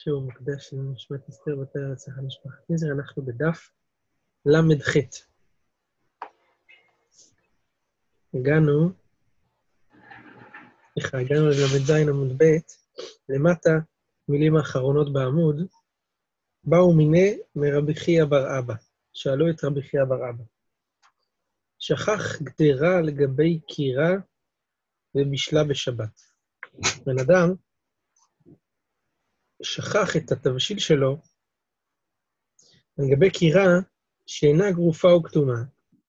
שיעור מוקדש לנשמת אסתר בת הנצח משפחת נזר, אנחנו בדף למ"ח. הגענו לל"ז עמוד ב', למטה, מילים האחרונות בעמוד, באו מיני מרבי חייא בר אבא, שאלו את רבי חייא בר אבא. שכח גדרה לגבי קירה ובישלה בשבת. בן אדם שכח את התבשיל שלו לגבי קירה שאינה גרופה או כתומה,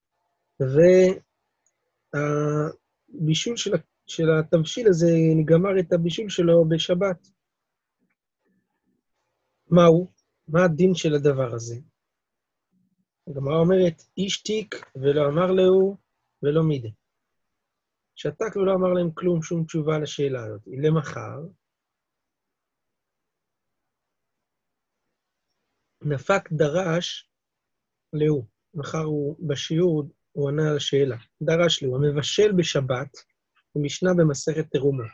והבישול של התבשיל הזה גמר את הבישול שלו בשבת. מהו? מה הדין של הדבר הזה? הגמרא אומרת, איש תיק ולא אמר לו ולא מידה. שתק ולא אמר להם כלום, שום תשובה לשאלה הזאת. למחר, נפק דרש לו. מחר בשיעור הוא ענה על השאלה. דרש לו, המבשל בשבת, במשנה במסכת תרומות.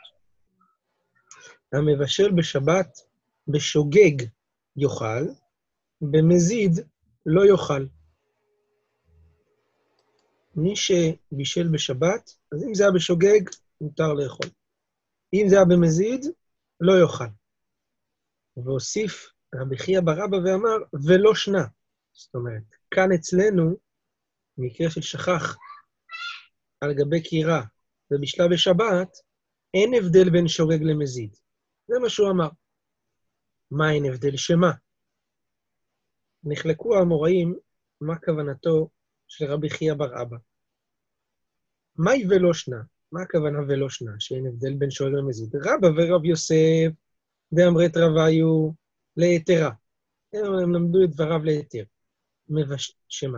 המבשל בשבת בשוגג יאכל, במזיד לא יאכל. מי שבישל בשבת, אז אם זה היה בשוגג, מותר לאכול. אם זה היה במזיד, לא יאכל. והוסיף רבי חייא בר אבא ואמר, ולא שנה. זאת אומרת, כאן אצלנו, במקרה של שכח על גבי קירה ובישלה בשבת, אין הבדל בין שוגג למזיד. זה מה שהוא אמר. מה אין הבדל? שמה? נחלקו האמוראים, מה כוונתו של רבי חייא בר אבא. מהי ולא שנה? מה הכוונה ולא שנה? שאין הבדל בין שוגג למזיד. רבא ורב יוסף, ואמרת רביו ליתרה. הם למדו את דבריו ליתר. שמה?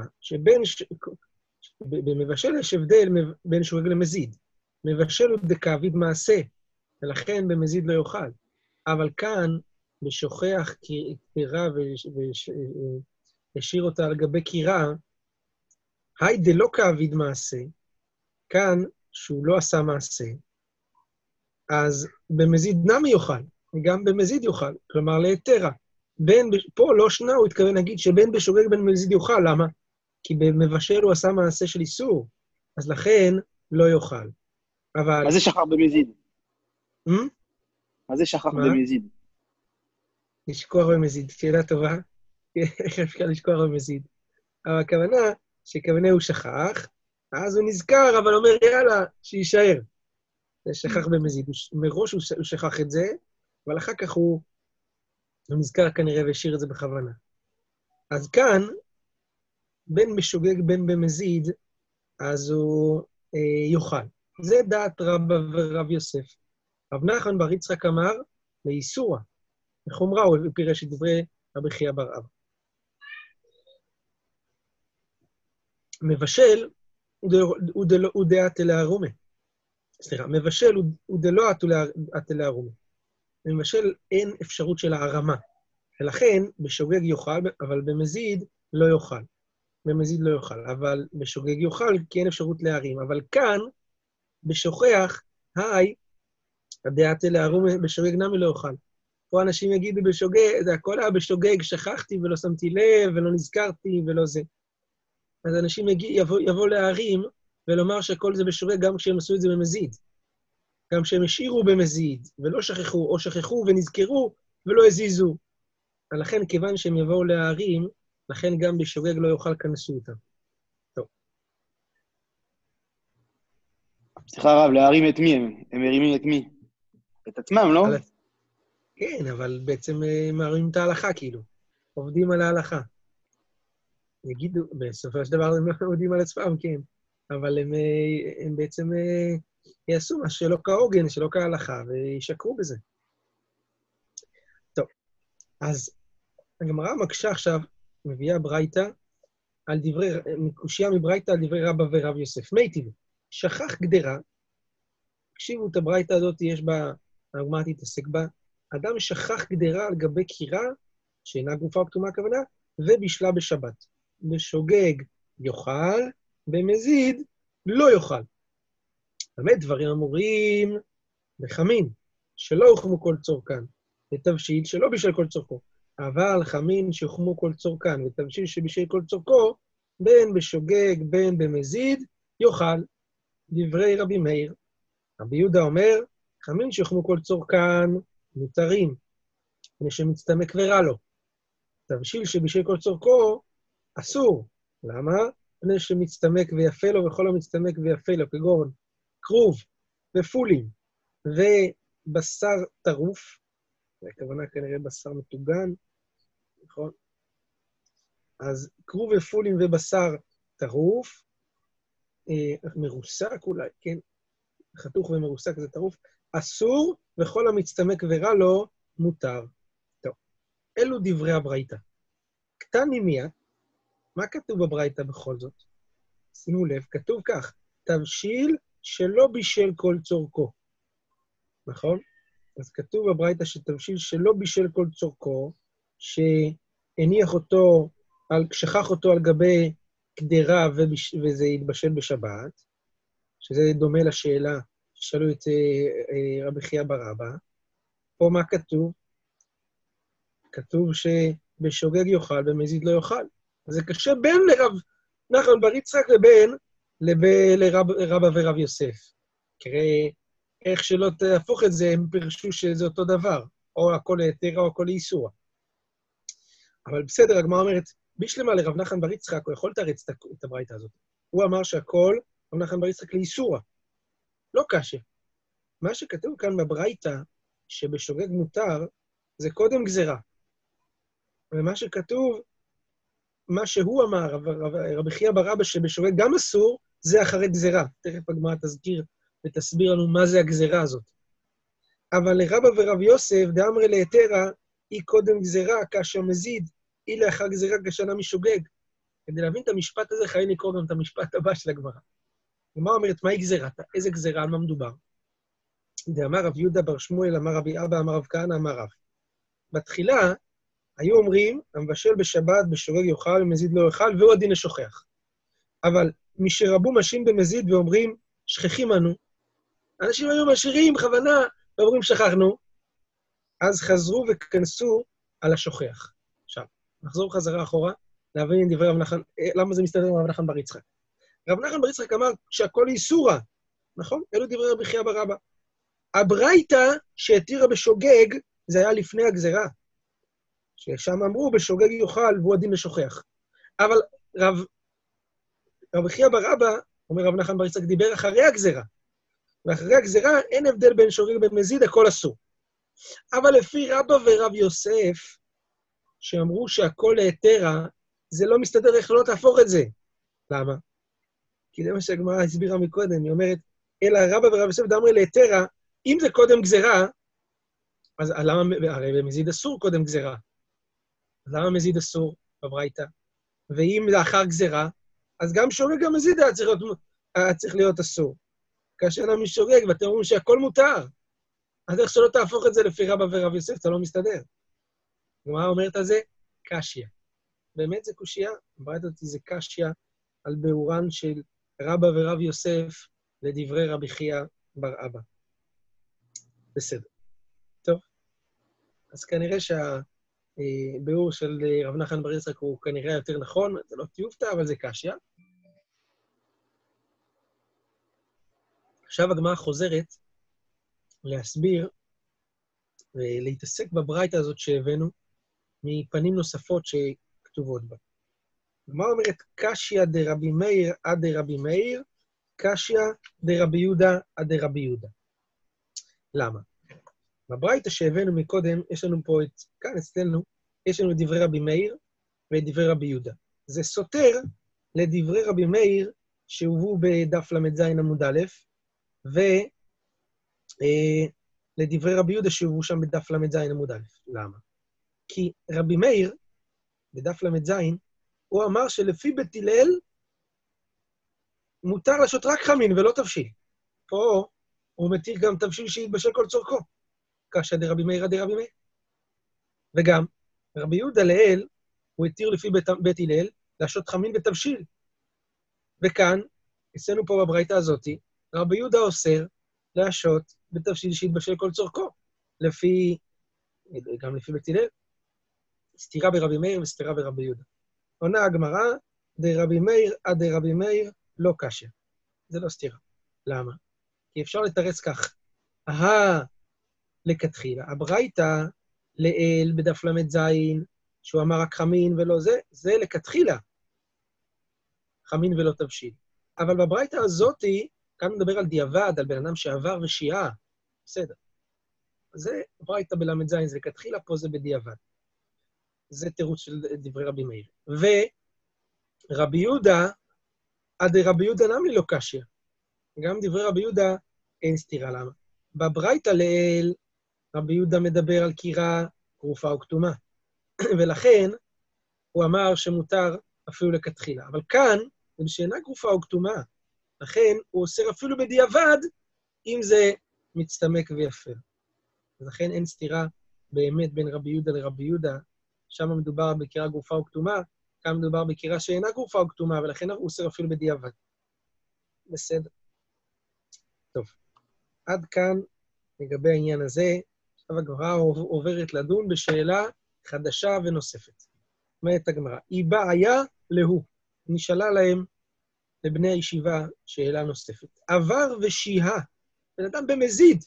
במבשל יש הבדל בין שוגג למזיד. מבשל הוא דקאביד מעשה, ולכן במזיד לא יאכל. אבל כאן, בשוכח קירה והשאיר אותה על גבי קירה, היי דלא כאביד מעשה, כאן שהוא לא עשה מעשה, אז במזיד נמי יאכל, וגם במזיד יאכל, כלומר ליתרה. פה לא שנה, הוא התכוון להגיד שבין בשוגג בין במזיד יאכל, למה? כי במבשל הוא עשה מעשה של איסור, אז לכן לא יאכל. אבל... מה זה שכח במזיד? מה זה שכח במזיד? לשכוח במזיד, שאלה טובה. איך אפשר לשכוח במזיד? אבל הכוונה שכוונה הוא שכח, אז הוא נזכר, אבל אומר, יאללה, שישאר. זה שכח במזיד. מראש הוא שכח את זה, אבל אחר כך הוא נזכר כנראה והשאיר את זה בכוונה. אז כאן, בין בשוגג בין במזיד, אז הוא יאכל. זה דעת רבא ורב יוסף. רב נחמן בר יצחק אמר, לאיסורה. לחומרה הוא פירש את דברי רבי חייא בר אבא. מבשל הוא דעת אלה-ארומה. סליחה, מבשל הוא דלא עת אלה-ארומה. מבשל אין אפשרות של הערמה. ולכן בשוגג יאכל, אבל במזיד לא יאכל. במזיד לא יאכל, אבל בשוגג יאכל כי אין אפשרות להרים. אבל כאן, בשוכח, הדעת אלה-ארומה בשוגג נמי לא יאכל. פה אנשים יגידו בשוגג, זה הכל היה בשוגג, שכחתי ולא שמתי לב ולא נזכרתי ולא זה. אז אנשים יבוא להרים ולומר שכל זה בשוגג גם כשהם עשו את זה במזיד. גם כשהם השאירו במזיד ולא שכחו, או שכחו ונזכרו ולא הזיזו. ולכן כיוון שהם יבואו להרים, לכן גם בשוגג לא יאכל כנסו אותם. טוב. סליחה רב, להרים את מי הם מרימים את מי? את עצמם, לא? כן, אבל בעצם מרימים את ההלכה כאילו. עובדים על ההלכה. יגידו, בסופו של דבר הם לא עובדים על עצמם, כן. אבל הם בעצם יעשו מה שלא כהוגן, שלא כהלכה, וישקרו בזה. טוב, אז הגמרא מקשה עכשיו, מביאה ברייתא, על דברי, מקושיה מברייתא על דברי רבא ורב יוסף. מייטיב, שכח גדרה, תקשיבו את הברייתא הזאת, יש בה, הגמרא תתעסק בה, אדם שכח גדרה על גבי קירה, שאינה גרופה או כתומה הכוונה, ובישלה בשבת. בשוגג יאכל, במזיד לא יאכל. באמת דברים אמורים בחמין, שלא יאכלו כל צור כאן. ותבשיל שלא בשל כל צורכו. אבל חמין שחמו כל צורכן, ותבשיל שבשל כל צורכו, בין בשוגג, בין במזיד, יאכל. דברי רבי מאיר. רבי יהודה אומר, חמין שחמו כל צורכן, מותרים, מפני שמצטמק ורע לו. תבשיל שבשל כל צורכו, אסור. למה? מפני שמצטמק ויפה לו, וכל המצטמק ויפה לו, כגון כרוב ופולים ובשר טרוף, הכוונה כנראה בשר מטוגן, נכון? אז כרוב ופולים ובשר טרוף, מרוסק אולי, כן? חתוך ומרוסק זה טרוף, אסור, וכל המצטמק ורע לו מותר. טוב, אלו דברי הברייתא. קטן ממיה, מה כתוב בברייתא בכל זאת? שימו לב, כתוב כך, תבשיל שלא בישל כל צורכו. נכון? אז כתוב בברייתא שתבשיל שלא בישל כל צורכו, שהניח אותו, שכח אותו על גבי קדרה וזה יתבשל בשבת, שזה דומה לשאלה ששאלו את רבי חייא בר אבא. פה מה כתוב? כתוב שבשוגג יאכל, במזיד לא יאכל. אז זה קשה בין לרב נחמן בר יצחק לרבא ורב יוסף. תראה, איך שלא תהפוך את זה, הם פירשו שזה אותו דבר, או הכל היתר או הכל איסור. אבל בסדר, הגמרא אומרת, בשלמה לרב נחמן בר יצחק, הוא יכול לתרץ את הברייתא הזאת. הוא אמר שהכל, רב נחמן בר יצחק לאיסורה. לא קשה. מה שכתוב כאן בברייתא, שבשוגג מותר, זה קודם גזרה. ומה שכתוב, מה שהוא אמר, רבי חייא בר אבא שבשוגג גם אסור, זה אחרי גזרה. תכף הגמרא תזכיר ותסביר לנו מה זה הגזרה הזאת. אבל לרבא ורב יוסף, דאמרי להתרה, היא קודם גזרה, כאשר מזיד, היא לאחר גזרה כשנה משוגג. כדי להבין את המשפט הזה, חייבים לקרוא גם את המשפט הבא של הגמרא. הגמרא אומרת, מהי גזרה? איזה גזרה? על מה מדובר? דאמר רב יהודה בר שמואל, אמר רבי אבא, אמר רב כהנא, אמר רב. בתחילה, היו אומרים, המבשל בשבת, בשוגג יאכל, במזיד לא יאכל, והוא הדין לשוכח. אבל משרבו משים במזיד ואומרים, שכחים אנו, אנשים היו משאירים בכוונה, ואומרים שכחנו, אז חזרו וכנסו על השוכח. עכשיו, נחזור חזרה אחורה, להבין דברי רב נחמן, למה זה מסתדר עם רב נחמן בר יצחק. רב נחמן בר יצחק אמר שהכל איסורה, נכון? אלו דברי רבי חייא בר אבא. הברייתא שהתירה בשוגג, זה היה לפני הגזרה, ששם אמרו בשוגג יאכל והוא הדין לשוכח. אבל רבי חייא בר אבא, אומר רב נחמן בר יצחק, דיבר אחרי הגזרה. ואחרי הגזרה אין הבדל בין שוגג במזיד, הכל אסור. אבל לפי רבא ורב יוסף, שאמרו שהכל להתרה, זה לא מסתדר איך לא תהפוך את זה. למה? כי זה מה שהגמרא הסבירה מקודם, היא אומרת, אלא רבא ורב יוסף דאמרי להתרה, אם זה קודם גזרה, אז למה, הרי במזיד אסור קודם גזרה. אז למה מזיד אסור בברייתא? ואם לאחר גזרה, אז גם שוגג המזיד היה צריך להיות אסור. כאשר אדם משוגג, ואתם אומרים שהכל מותר. אז איך שלא תהפוך את זה לפי רבא ורב יוסף, זה לא מסתדר. הגמרא אומרת על זה? קשיא. באמת זה קושייה? הברייתא אותי זה קשיא על ביאורן של רבא ורב יוסף לדברי רבי חייא בר אבא. בסדר. טוב. אז כנראה שהביאור של רב נחמן בר יצחק הוא כנראה יותר נכון, זה לא תיופתא, אבל זה קשיא. עכשיו הגמרא חוזרת להסביר ולהתעסק בברייתא הזאת שהבאנו מפנים נוספות שכתובות בה. הגמרא אומרת, קשיא דרבי מאיר עד דרבי מאיר, קשיא דרבי יהודה עד דרבי יהודה. למה? בברייתא שהבאנו מקודם, יש לנו פה כאן אצלנו, יש לנו את דברי רבי מאיר ואת דברי רבי יהודה. זה סותר לדברי רבי מאיר שהובאו בדף ל"ז עמוד א', ולדברי רבי יהודה שהובאו שם בדף ל"ז עמוד א'. למה? כי רבי מאיר, בדף ל"ז, הוא אמר שלפי בית הלל, מותר לעשות רק חמין ולא תבשיל. פה הוא מתיר גם תבשיל שיתבשל כל צורכו. קשיא דרבי מאיר עד דרבי מאיר. וגם, רבי יהודה לעיל, הוא התיר לפי בית הלל, לעשות חמין ותבשיל. וכאן, אצלנו פה בברייתא הזאת, רבי יהודה אוסר לעשות בתבשיל שיתבשל כל צורכו, לפי גם לפי בית הלל, סתירה ברבי מאיר וסתירה ברבי יהודה. עונה הגמרא, דרבי מאיר עד דרבי מאיר לא קשיא. זה לא סתירה. למה? כי אפשר לתרץ כך. לכתחילה. הברייתא לאל בדף ל"ז, שהוא אמר רק חמין ולא זה, זה לכתחילה. חמין ולא תבשיל. אבל בברייתא הזאתי, כאן מדבר על דיעבד, על בן אדם שעבר ושיעה. בסדר. זה ברייתא בל"ז, זה לכתחילה, פה זה בדיעבד. זה תירוץ של דברי רבי מאיר. ורבי יהודה, עד רבי יהודה נמי לא קשיא. גם דברי רבי יהודה אין סתירה. למה? בברייתא לאל, רבי יהודה מדבר על קירה, גרופה וכתומה. ולכן הוא אמר שמותר אפילו לכתחילה. אבל כאן, זה שאינה גרופה וכתומה. לכן הוא אוסר אפילו בדיעבד, אם זה מצטמק ויפר. ולכן אין סתירה באמת בין רבי יהודה לרבי יהודה. שם מדובר בקירה גרופה וכתומה, כאן מדובר בקירה שאינה גרופה וכתומה, ולכן הוא אוסר אפילו בדיעבד. בסדר. טוב. עד כאן, לגבי העניין הזה, עכשיו הגמרא עוברת לדון בשאלה חדשה ונוספת. אומרת הגמרא, היא בעיה להוא. נשאלה להם, לבני הישיבה, שאלה נוספת. עבר ושיהה, בן אדם במזיד,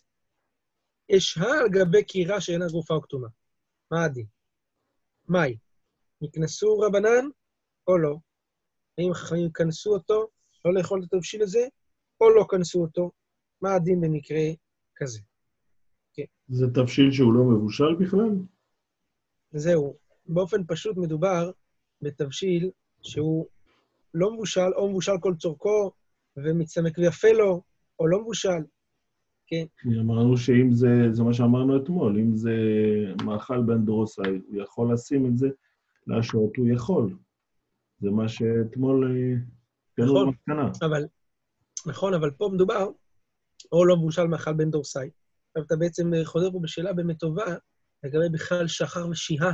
אשהה על גבי קירה שאינה גרופה וכתומה. מה הדין? מהי? נכנסו רבנן או לא? האם חכמים כנסו אותו, לא לאכול את התבשיל הזה, או לא כנסו אותו? מה הדין במקרה כזה? זה תבשיל שהוא לא מבושל בכלל? זהו. באופן פשוט מדובר בתבשיל שהוא לא מבושל, או מבושל כל צורכו, ומצטמק ויפה לו, או לא מבושל. כן. אמרנו שאם זה מה שאמרנו אתמול, אם זה מאכל בן דורסאי, הוא יכול לשים את זה להשעות, הוא יכול. זה מה שאתמול קנו במתנה. נכון, אבל פה מדובר, או לא מבושל מאכל בן דורסאי. עכשיו אתה בעצם חוזר פה בשאלה באמת טובה, לגבי בכלל שחר ושיהה.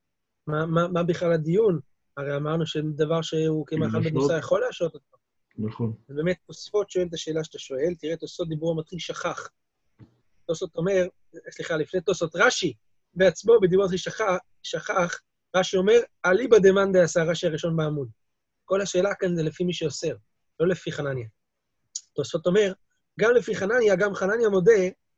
מה בכלל הדיון? הרי אמרנו שדבר שהוא כמאכל בן דורסאי יכול להשעות אותו. נכון. ובאמת תוספות שואל את השאלה שאתה שואל, תראה, תוספות דיבור המתחיל שכח. תוספות אומר, סליחה, לפני תוספות רש"י, בעצמו בדיבור המתחיל שכח, רש"י אומר, אליבא דמאן דעשה, רש"י הראשון בעמוד. כל השאלה כאן זה לפי מי שאוסר, לא לפי חנניה. תוספות אומר, גם לפי חנניה, גם חנניה מודה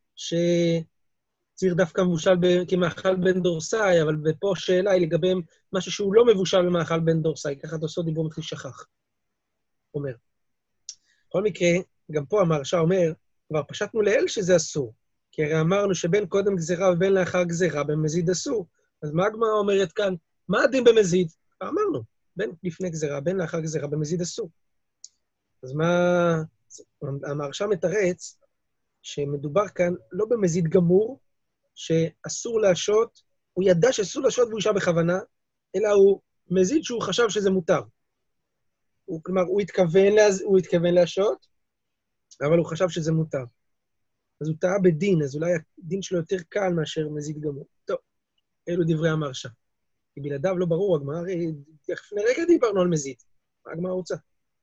שצריך דווקא מבושל כמאכל בן דורסאי, אבל פה שאלה היא לגבי משהו שהוא לא מבושל במאכל בן דורסאי, ככה תוספות דיבור המתחיל שכח. אומר. בכל מקרה, גם פה המהרש"א אומר, כבר פשטנו לאל שזה אסור, כי הרי אמרנו שבין קודם גזירה ובין לאחר גזירה במזיד אסור. אז מה הגמרא אומרת כאן? מה הדין במזיד? אמרנו, בין לפני גזירה, בין לאחר גזירה במזיד אסור. אז מה... המהרש"א מתרץ שמדובר כאן לא במזיד גמור, שאסור להשעות, הוא ידע שאסור להשעות והוא אישה בכוונה, אלא הוא מזיד שהוא חשב שזה מותר. כלומר, הוא התכוון להשעות, אבל הוא חשב שזה מותר. אז הוא טעה בדין, אז אולי הדין שלו יותר קל מאשר מזיד גמור. טוב, אלו דברי המהרש"א. כי בלעדיו לא ברור, הגמרא, הרי לפני רגע דיברנו על מזיד. מה הגמרא רוצה?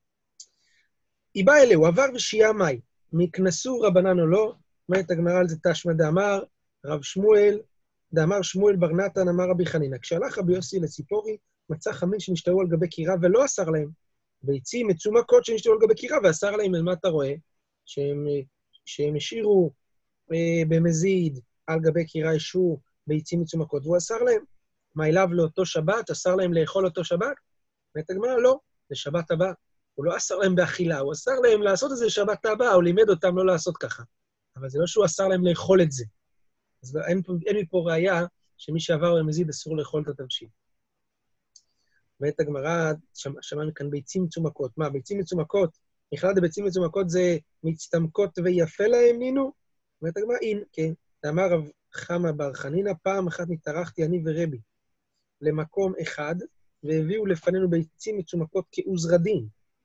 היא באה אליה, הוא עבר ושיעה מאי. מכנסו רבנן או לא, אומרת הגמרא על זה תשמע דאמר, רב שמואל, דאמר שמואל בר נתן, אמר רבי חנינא. כשהלך רבי יוסי לציפורי, מצא חמין שנשתהו על גבי קירה ולא אסר להם. ביצים מצומקות שנשתהו על גבי קירה ואסר להם. על מה אתה רואה? שהם השאירו במזיד על גבי קירה ישו ביצים מצומקות, והוא אסר להם. מה אליו לאותו שבת? אסר להם לאכול אותו שבת? אומרת הגמרא, לא, זה שבת הבא. הוא לא אסר להם באכילה, הוא אסר להם לעשות את זה שבת הבאה, הוא לימד אותם לא לעשות ככה. אבל זה לא שהוא אסר להם לאכול את זה. אז אין מפה ראייה שמי שעבר במזיד אסור לאכול את התבשיל. ואת הגמרא, שמענו כאן ביצים מצומקות. מה, ביצים מצומקות, בכלל הביצים מצומקות זה מצטמקות ויפה להם נינו? ואת הגמרא, אין, כן. אמר רב חמא בר חנינא, פעם אחת נתארחתי אני ורבי למקום אחד, והביאו לפנינו ביצים מצומקות כעוזרדין.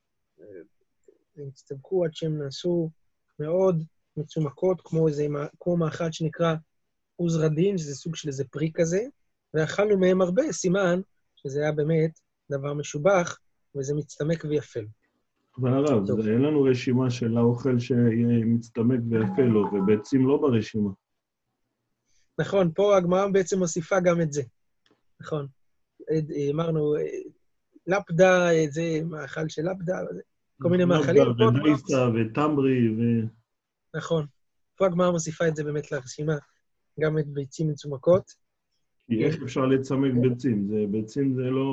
הם הצטמקו עד שהם נעשו מאוד מצומקות, כמו מאכל שנקרא עוזרדין, שזה סוג של איזה פרי כזה, ואכלנו מהם הרבה, סימן שזה היה באמת דבר משובח, וזה מצטמק ויפה. אבל הרב, אין לנו רשימה של האוכל שיהיה מצטמק ויפה לו, וביצים לא ברשימה. נכון, פה הגמרא בעצם מוסיפה גם את זה. נכון. אמרנו, לפדה, זה מאכל של לפדה, כל מיני מאכלים. לבדה ודייסה וטמרי נכון. פה הגמרא מוסיפה את זה באמת לרשימה, גם את ביצים מצומקות. כי איך אפשר לצמק ביצים? ביצים זה לא...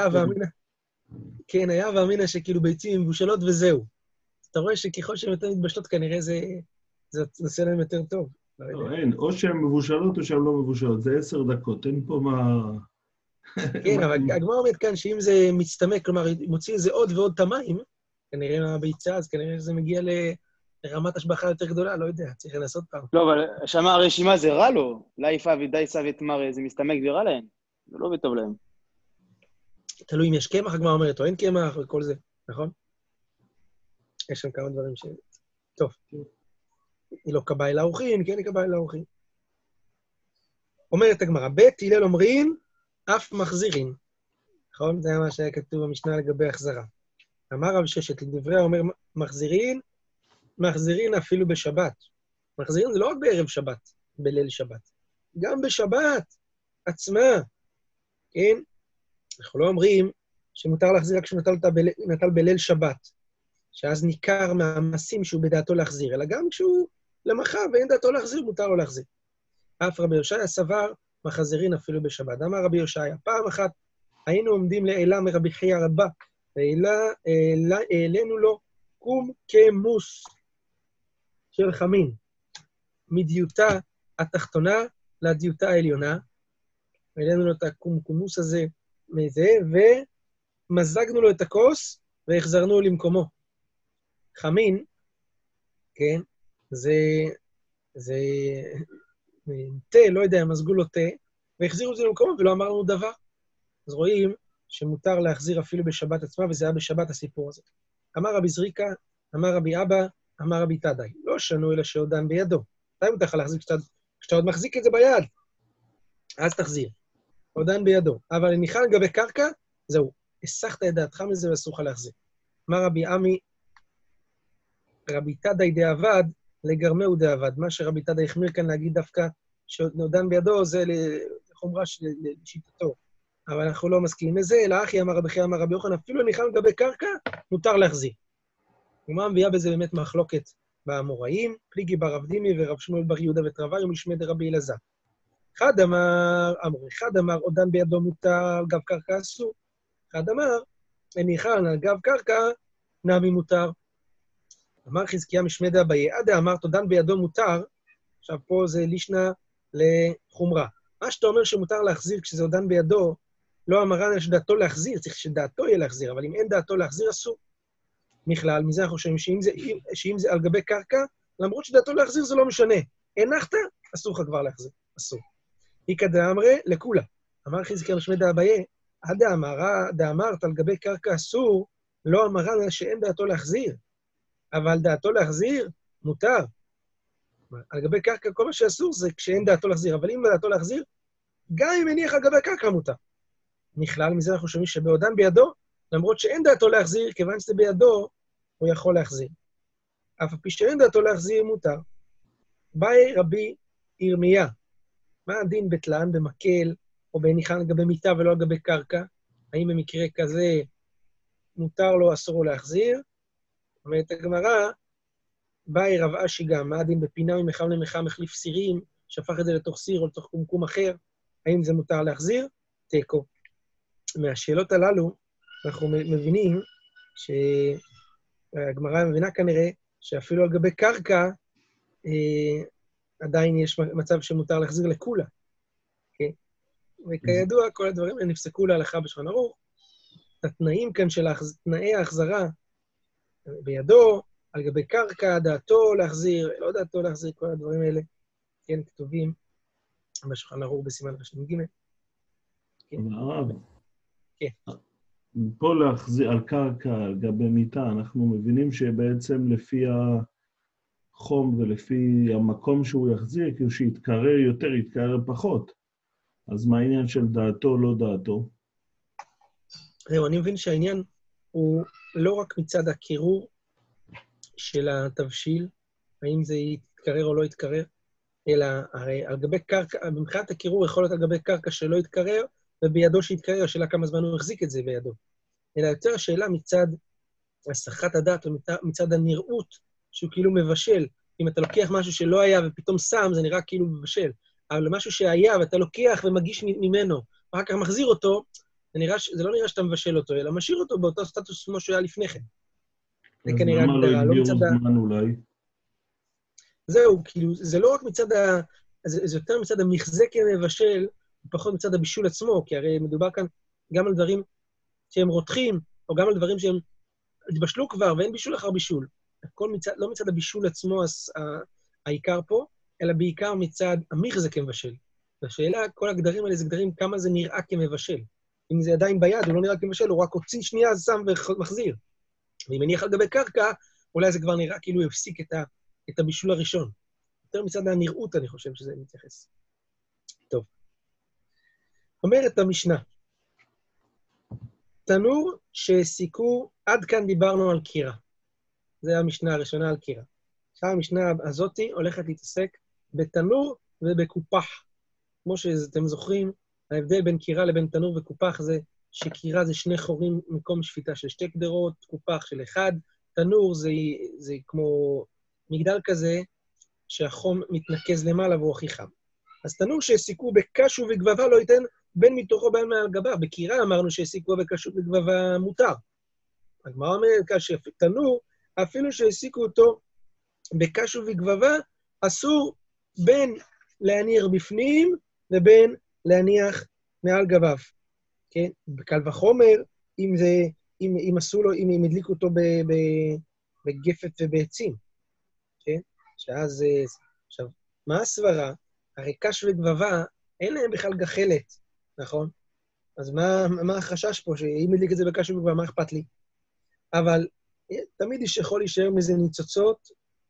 כן, היה ואמינא שכאילו ביצים מבושלות וזהו. אתה רואה שככל שהן יותר מתבשלות, כנראה זה עושה להם יותר טוב. לא, אין, או שהן מבושלות או שהן לא מבושלות. זה 10 דקות, אין פה מה... כן, אבל הגמרא אומרת כאן שאם זה מצטמק, כלומר, מוציא איזה עוד ועוד את המים, כנראה מהביצה, אז כנראה שזה מגיע לרמת השבחה יותר גדולה, לא יודע, צריך לנסות פעם. לא, אבל שמה הרשימה זה רע לו. לייפה ודייסה ותמר, זה מסתמק ורע להם. זה לא בטוב להם. תלוי אם יש קמח, הגמרא אומרת, או אין קמח וכל זה, נכון? יש שם כמה דברים ש... טוב. היא לא קבעה אל האורחין, כן היא קבעה אל האורחין. אומרת הגמרא, בית הלל אומרים, אף מחזירין. נכון? זה היה מה שהיה כתוב במשנה לגבי החזרה. אמר רב ששת, לדבריה אומר, מחזירין אפילו בשבת. מחזירין זה לא רק בערב שבת, בליל שבת. גם בשבת עצמה, כן? אנחנו לא אומרים שמותר להחזיר רק כשנטל בליל שבת, שאז ניכר מהמעשים שהוא בדעתו להחזיר, אלא גם כשהוא למחר ואין דעתו להחזיר, מותר לו להחזיר. אף רבי יושעיה סבר, מחזירין אפילו בשבת. אמר רבי יושעיה, פעם אחת היינו עומדים לעילה מרבי חייא רבא, והעלינו לו קום כמוס של חמין, מדיוטה התחתונה לדיוטה העליונה, העלינו לו את הקומקומוס הזה מזה, ומזגנו לו את הכוס, והחזרנו למקומו. חמין, כן, זה תה, לא יודע, מזגו לו תה, והחזירו את זה למקומו, ולא אמרנו דבר. אז רואים שמותר להחזיר אפילו בשבת עצמה, וזה היה בשבת הסיפור הזה. אמר רבי זריקה, אמר רבי אבא, אמר רבי תדאי, לא שנו אלא שעודן בידו. אתה אם תוכל להחזיר כשאתה עוד מחזיק את זה ביד, אז תחזיר. עודן בידו. אבל הניחה לגבי קרקע, זהו, הסחת את דעתך מזה ואסור לך להחזיר. אמר רבי עמי, רבי תדאי דאבד, לגרמהו דאבד. מה שרבי תדאי החמיר כאן להגיד דווקא שעודן בידו, זה לחומרה לשיטתו. אבל אנחנו לא מסכימים לזה, אלא אחי אמר רבי חייא אמר רבי יוחנן, אפילו הניחה לגבי קרקע, מותר להחזיר. ומה מביאה בזה באמת מחלוקת באמוראים, פליגי ברב דימי ורב שמואל בר יהודה וטרוויו משמי דרבי אלעזר. אחד אמר, עודן בידו מותר, גב קרקע אסור. אחד אמר, הניחה על גב קרקע, נמי מותר. אמר חזקיה משמי דאביי, עדה אמרת, עודן בידו מותר, עכשיו פה זה לישנה לחומרה. מה שאתה אומר שמותר להחזיר כשזה עודן בידו, לא אמרן יש דעתו להחזיר, צריך שדעתו יהיה להחזיר, אבל אם אין דעתו להחזיר, אסור. מכלל, מזה אנחנו חושבים שאם זה על גבי קרקע, למרות שדעתו להחזיר זה לא משנה. הנחת, אסור לך כבר להחזיר, אסור. איקא דאמרי, לכולה. אמר חזקיה משמי דאביי, דאמרת על גבי קרקע אסור, לא אמרן שאין דעתו להחזיר, אבל דעתו להחזיר, מותר. על גבי קרקע, כל מה שאסור זה כשאין דעתו להחזיר, אבל אם דעתו להחזיר, גם אם הניח על גבי קרקע מותר. נכלל, מזה אנחנו שומעים שבעודן בידו, למרות שאין דעתו להחזיר, כיוון שזה בידו, הוא יכול להחזיר. אף הפי שאין דעתו להחזיר, מותר. באי רבי ירמיה, מה הדין בטלן, במקל, או בהניחה על גבי מיטה ולא על גבי קרקע? האם במקרה כזה מותר לו, אסור לו להחזיר? אומרת הגמרא, באי רב אשי גם, מה הדין בפינה ממחם למחם מחליף סירים, שהפך את זה לתוך סיר או לתוך קומקום אחר, האם זה מותר להחזיר? תיקו. מהשאלות הללו, אנחנו מבינים שהגמרא מבינה כנראה שאפילו על גבי קרקע עדיין יש מצב שמותר להחזיר לכולה. Okay? וכידוע, כל הדברים האלה נפסקו להלכה בשולחן ערוך. התנאים כאן של תנאי ההחזרה בידו, על גבי קרקע, דעתו להחזיר, לא דעתו להחזיר, כל הדברים האלה, כן, כתובים בשולחן ערוך בסימן רש"ג. הרב, כן. פה להחזיר על קרקע, על גבי מיטה, אנחנו מבינים שבעצם לפי החום ולפי המקום שהוא יחזיר, כאילו שיתקרר יותר, יתקרר פחות. אז מה העניין של דעתו, לא דעתו? זהו, אני מבין שהעניין הוא לא רק מצד הקירור של התבשיל, האם זה יתקרר או לא יתקרר, אלא הרי על גבי קרקע, במחינת הקירור יכול להיות על גבי קרקע שלא יתקרר, ובידו שיתקרר, השאלה כמה זמן הוא החזיק את זה בידו. אלא יותר השאלה מצד הסחת הדעת, או מצד הנראות, שהוא כאילו מבשל. אם אתה לוקח משהו שלא היה ופתאום שם, זה נראה כאילו מבשל. אבל משהו שהיה ואתה לוקח ומגיש ממנו, ואחר כך מחזיר אותו, זה לא נראה שאתה מבשל אותו, אלא משאיר אותו באותו סטטוס כמו שהוא היה לפני כן. זה כנראה למה לא הגדרה, לא הגדירו מצד זמן אולי? זהו, כאילו, זה לא רק מצד זה יותר מצד המחזק המבשל, ופחות מצד הבישול עצמו, כי הרי מדובר כאן גם על דברים שהם רותחים, או גם על דברים שהם התבשלו כבר, ואין בישול אחר בישול. לא מצד הבישול עצמו העיקר פה, אלא בעיקר מצד המחזק המבשל. והשאלה, כל הגדרים האלה זה גדרים כמה זה נראה כמבשל. אם זה עדיין ביד, הוא לא נראה כמבשל, הוא רק הוציא שנייה, אז שם ומחזיר. ואם מניח על גבי קרקע, אולי זה כבר נראה כאילו הוא הפסיק את הבישול הראשון. יותר מצד הנראות, אני חושב שזה מתייחס. טוב. אומרת המשנה, תנור שהסיקו, עד כאן דיברנו על קירה. זה המשנה הראשונה על קירה. עכשיו המשנה הזאת הולכת להתעסק בתנור ובקופח. כמו שאתם זוכרים, ההבדל בין קירה לבין תנור וקופח זה שקירה זה שני חורים מקום שפיטה של שתי גדרות, קופח של אחד, תנור זה כמו מגדל כזה שהחום מתנקז למעלה והוא הכי חם. אז תנור שהסיקו בקש ובגבבה לא ייתן בין מתוכו בין מעל גביו. בקירה אמרנו שהסיקו בקש ובגבבה מותר. הגמרא אומרת כאשר תנור, אפילו שהסיקו אותו בקש ובגבבה, אסור בין להניח בפנים ובין להניח מעל גביו. כן? בקל וחומר, אם עשו לו, אם הדליקו אותו בגפת ובעצים. כן? שאז, עכשיו, מה הסברה? הרי קש וגבבה, אין להם בכלל גחלת, נכון? אז מה החשש פה? שאם הדליק את זה בקש וגבבה, מה אכפת לי? אבל תמיד יכול להישאר מזה ניצוצות,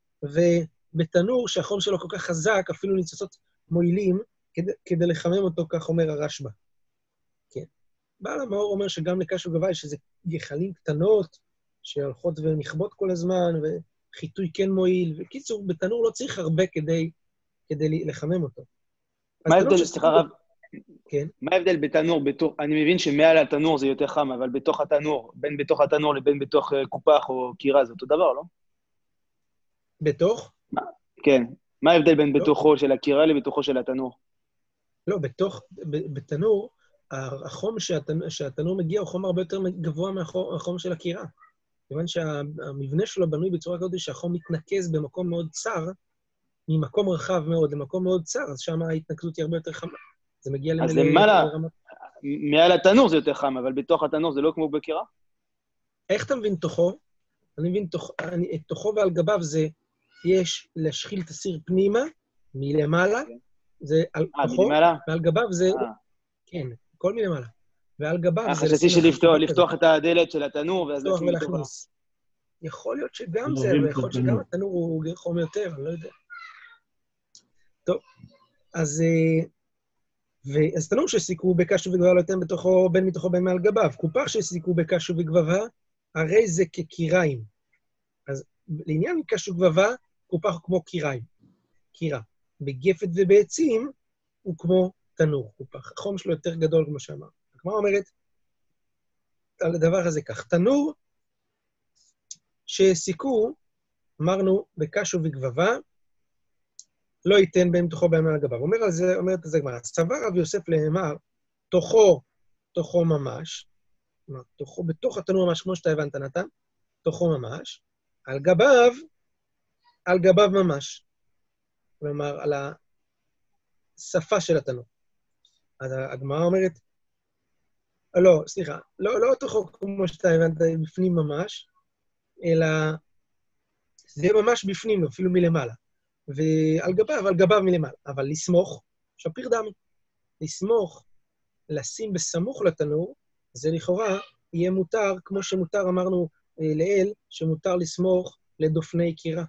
ובתנור שהחום שלו כל כך חזק, אפילו ניצוצות מועילים, כדי לחמם אותו, כך אומר הרשב"א. כן. בעל המאור אומר שגם לקש וגבבה יש איזה גחלים קטנות, שהולכות ונכבות כל הזמן, וחיטוי כן מועיל, וקיצור, בתנור לא צריך הרבה כדי לחמם אותו. מה ההבדל, סליחה רב? כן. מה ההבדל בתנור? אני מבין שמעל התנור זה יותר חם, אבל בתוך התנור, בין בתוך התנור לבין בתוך קופח או קירה, זה אותו דבר, לא? בתוך? כן. מה ההבדל בין לא. בתוכו של הקירה לבתוכו של התנור? לא, בתנור, החום שהתנור מגיע הוא חום הרבה יותר גבוה מהחום של הקירה. כיוון שהמבנה שלו בנוי בצורה כזאת שהחום מתנקז במקום מאוד צר, ממקום רחב מאוד למקום מאוד צר, אז שם ההתנקזות היא הרבה יותר חמה. זה מגיע אז למעלה, מעל התנור זה יותר חם, אבל בתוך התנור זה לא כמו בקירה? איך אתה מבין תוכו? אני מבין תוכו ועל גביו זה, יש להשחיל את הסיר פנימה, מלמעלה, זה על תוכו, ועל גביו זה, כן, כל מלמעלה. ועל גביו זה... חשבתי לפתוח את הדלת של התנור, ואז לפתוח ולהכניס. יכול להיות שגם זה, ויכול להיות שגם התנור הוא חום יותר, אני לא יודע. טוב, אז תנור שסיקרו בקש ובגבבה לא ייתן בין מתוכו בין מעל גביו. קופח שסיקרו בקש ובגבבה, הרי זה כקיריים. אז לעניין קש וגבבה, קופח הוא כמו קיריים. קירה. בגפת ובעצים הוא כמו תנור קופח. החום שלו יותר גדול, כמו שאמר. כמו אומרת, על הדבר הזה כך. תנור שסיקרו, אמרנו, בקש ובגבבה, לא ייתן בין מתוכו בין מעל גביו. אומרת זה גמרא. סבר רב יוסף לאמר, תוכו ממש, בתוך התנור ממש, כמו שאתה הבנת נתן, תוכו ממש, על גביו ממש. כלומר, על השפה של התנור. אז הגמרא אומרת, לא, סליחה, לא תוכו כמו שאתה הבנת בפנים ממש, אלא זה ממש בפנים, אפילו מלמעלה. ועל גביו מלמעלה. אבל לסמוך, שפיר דמי. לסמוך, לשים בסמוך לתנור, זה לכאורה יהיה מותר, כמו שמותר אמרנו לאל, שמותר לסמוך לדופני קירה.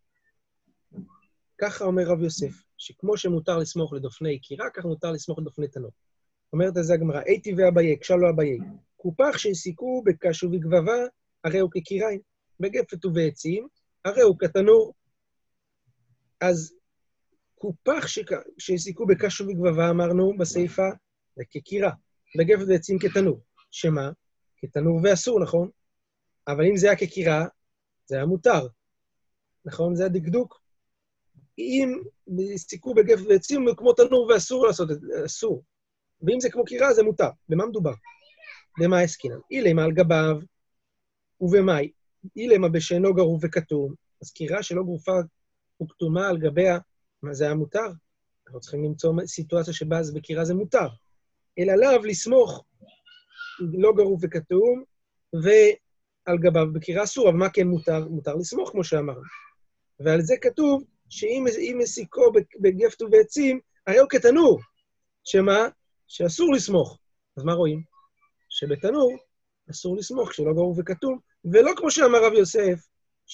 ככה אומר רב יוסף, שכמו שמותר לסמוך לדופני קירה, כך מותר לסמוך לדופני תנור. אומרת על זה הגמרא, איתי ואביי, קשה לו אביי. קופח שהסיקו בקש ובגבבה, הרי הוא כקיריים. בגפת ובעצים, הרי הוא כתנור. אז קופח שהסיקו בקש ובגבבה, אמרנו בסעיפה, זה כקירה. בגפת ועצים כתנור. שמה? כתנור ואסור, נכון? אבל אם זה היה כקירה, זה היה מותר. נכון? זה הדקדוק. אם הסיקו בגפת ועצים, כמו תנור ואסור לעשות את זה, אסור. ואם זה כמו קירה, זה מותר. במה מדובר? במה עסקינן? אילמה על גביו, ובמאי? אילמה בשאינו גרוף וכתום, אז קירה שלא גרופה וכתומה על גביה, מה זה היה מותר? אנחנו צריכים למצוא סיטואציה שבה אז בקירה זה מותר. אלא עליו לסמוך לא גרוף וכתום, ועל גביו בקירה אסור, אבל מה כן מותר? מותר לסמוך, כמו שאמרנו. ועל זה כתוב שאם מסיקו בגפת ובעצים, הרי הוא כתנור. שמה? שאסור לסמוך. אז מה רואים? שבתנור אסור לסמוך כשלא גרוף וכתום, ולא כמו שאמר רב יוסף,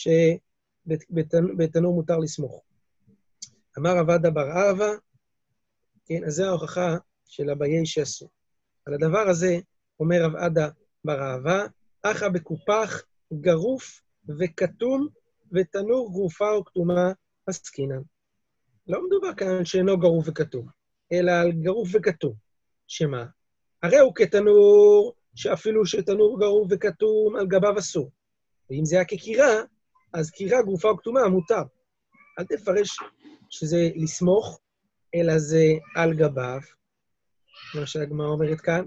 שבתנור מותר לסמוך. אמר רב עדה בר אהבה, כן, אז זה ההוכחה של אביי שאסור. על הדבר הזה אומר רב עדה בר אהבה, אחא בקופח גרוף וכתום, ותנור גרופה או כתומה עסקינן. לא מדובר כאן שאינו גרוף וכתום, אלא על גרוף וכתום. שמה? הרי הוא כתנור, שאפילו שתנור גרוף וכתום על גביו אסור. ואם זה היה כקירה, אז קירה גרופה או כתומה מותר. אל תפרש שזה לסמוך, אלא זה על גביו. מה שהגמרא אומרת כאן.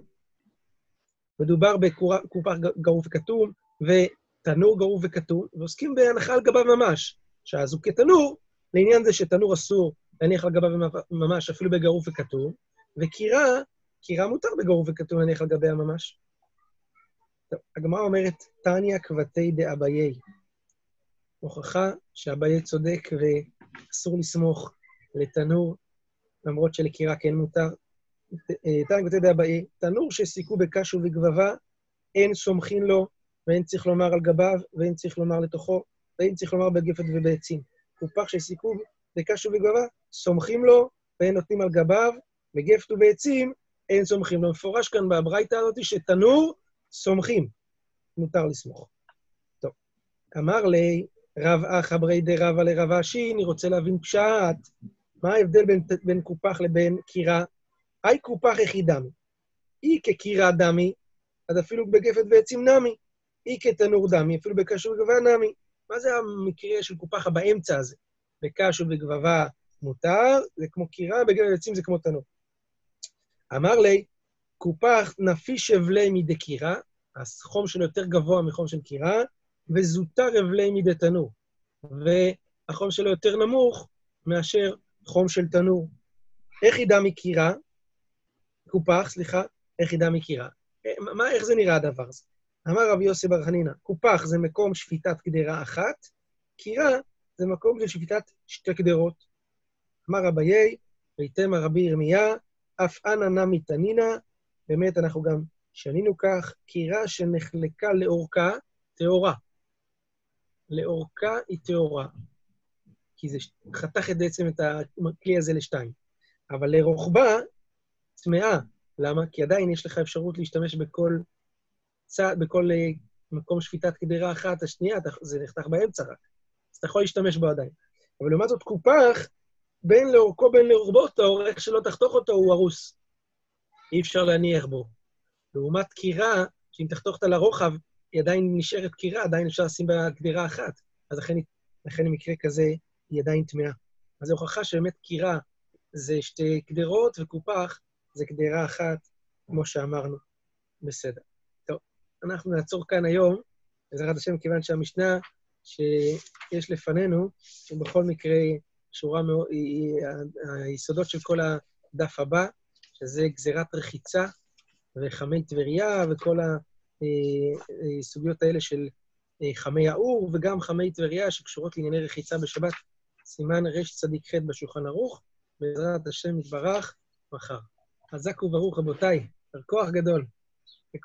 מדובר בקופח גרוף וכתום, ותנור גרוף וכתום, ועוסקים בהנחה על גביו ממש. שאז הוא כתנור, לעניין זה שתנור אסור להניח על גביו ממש, אפילו בגרוף וכתום, וקירה מותר בגרוף וכתום להניח על גביה ממש. טוב, הגמרא אומרת, תניא כבתי דאביי. הוכחה שאביי צודק ואסור לסמוך לתנור, למרות שלקירה כן מותר. תניא כבתי דאביי, תנור שסיקו בקש ובגבבה, אין סומכין לו, ואין צריך לומר על גביו, ואין צריך לומר לתוכו, ואין צריך לומר בגפת ובעצים. קופח שסיקו בקש ובגבבה, סומכים לו, ואין נותנים על גביו, בגפת ובעצים, אין סומכים לו. מפורש כאן בברייתא הזאת שתנור סומכים. מותר לסמוך. טוב. אמר לי, רב אחא ברי דרבא לרב אשי, אני רוצה להבין פשט. מה ההבדל בין קופח לבין קירה? אי קופח יחידמי. אי כקירה דמי, אז אפילו בגפת ועצים נמי. אי כתנור דמי, אפילו בקש ובגבבה נמי. מה זה המקרה של קופח באמצע הזה? בקש ובגבבה מותר, זה כמו קירה, בגפת ועצים זה כמו תנור. אמר לי, קופח נפיש אבלי מדי קירה, החום שלו יותר גבוה מחום של קירה, וזוטר אבלי מדי תנור. והחום שלו יותר נמוך מאשר חום של תנור. איך ידע מקירה? קופח, סליחה, איך ידע מקירה? איך זה נראה הדבר הזה? אמר רבי יוסי בר חנינא, קופח זה מקום שפיטת קדרה אחת, קירה זה מקום של שפיטת שתי קדרות. אמר אביי, ויתמה רבי ירמיה, אף אנא נמי תנינא, באמת אנחנו גם שנינו כך, קירה שנחלקה לאורכה, טהורה. לאורכה היא טהורה. כי זה חתך בעצם את הכלי הזה לשתיים. אבל לרוחבה, טמאה. למה? כי עדיין יש לך אפשרות להשתמש בכל מקום שפיטת קדרה אחת, השנייה, זה נחתך באמצע רק. אז אתה יכול להשתמש בו עדיין. אבל לעומת זאת קופח, בין לאורכו בין לרוחבו, איך שלא תחתוך אותו, הוא הרוס. אי אפשר להניח בו. לעומת קירה, שאם תחתוך אותה לרוחב, היא עדיין נשארת קירה, עדיין אפשר לשים בה קדרה אחת. אז לכן במקרה כזה, היא עדיין טמאה. אז זו הוכחה שבאמת קירה זה שתי קדרות, וקופח זה קדרה אחת, כמו שאמרנו. בסדר. טוב, אנחנו נעצור כאן היום, בעזרת השם, כיוון שהמשנה שיש לפנינו, שבכל מקרה שורה מאוד, היסודות של כל הדף הבא, שזה גזירת רחיצה וחמי טבריה, וכל הסוגיות האלה של חמי האור, וגם חמי טבריה שקשורות לענייני רחיצה בשבת, סימן רצ"ח בשולחן ערוך, בעזרת השם יתברך מחר. חזק וברוך רבותיי, כוח גדול.